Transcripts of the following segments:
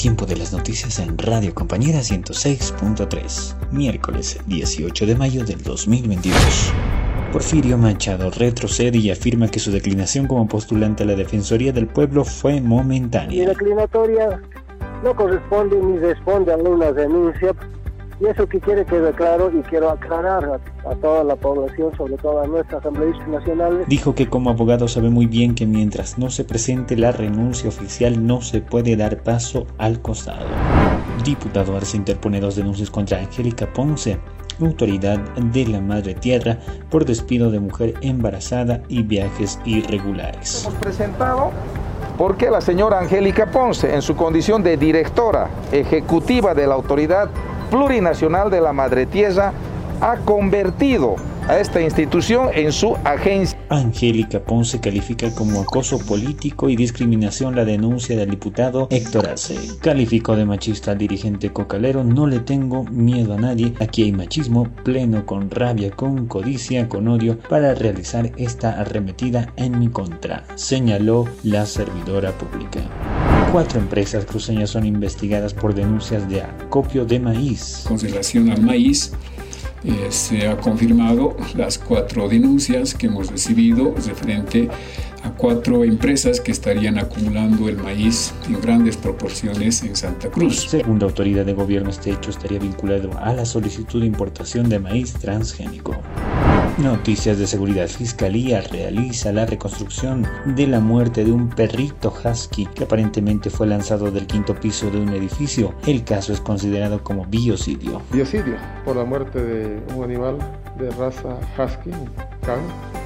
Tiempo de las noticias en Radio Compañera 106.3, miércoles 18 de mayo del 2022. Porfirio Machado retrocede y afirma que su declinación como postulante a la Defensoría del Pueblo fue momentánea. Mi declinatoria no corresponde ni responde a una denuncia, y eso que quiere quede claro, y quiero aclarar a toda la población, sobre todo a nuestras asambleístas nacionales. Dijo que como abogado sabe muy bien que mientras no se presente la renuncia oficial no se puede dar paso al costado. Diputado Arce interpone 2 denuncias contra Angélica Ponce, autoridad de la Madre Tierra, por despido de mujer embarazada y viajes irregulares. Hemos presentado porque la señora Angélica Ponce, en su condición de directora ejecutiva de la Autoridad Plurinacional de la Madre Tierra, ha convertido a esta institución en su agencia. Angélica Ponce califica como acoso político y discriminación la denuncia del diputado Héctor Arce. Calificó de machista al dirigente cocalero: no le tengo miedo a nadie, aquí hay machismo pleno, con rabia, con codicia, con odio, para realizar esta arremetida en mi contra, señaló la servidora pública. 4 empresas cruceñas son investigadas por denuncias de acopio de maíz. Con relación al maíz, se ha confirmado las 4 denuncias que hemos recibido referente a 4 empresas que estarían acumulando el maíz en grandes proporciones en Santa Cruz. Según la autoridad de gobierno, este hecho estaría vinculado a la solicitud de importación de maíz transgénico. Noticias de seguridad. Fiscalía realiza la reconstrucción de la muerte de un perrito husky que aparentemente fue lanzado del 5º piso de un edificio. El caso es considerado como biocidio. Biocidio por la muerte de un animal de raza husky, un can,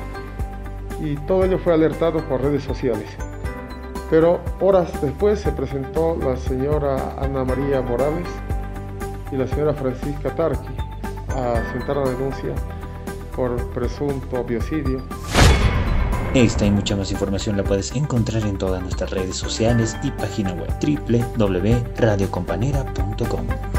y todo ello fue alertado por redes sociales. Pero horas después se presentó la señora Ana María Morales y la señora Francisca Tarqui a sentar la denuncia por presunto biocidio. Esta y mucha más información la puedes encontrar en todas nuestras redes sociales y página web www.radiocompanera.com.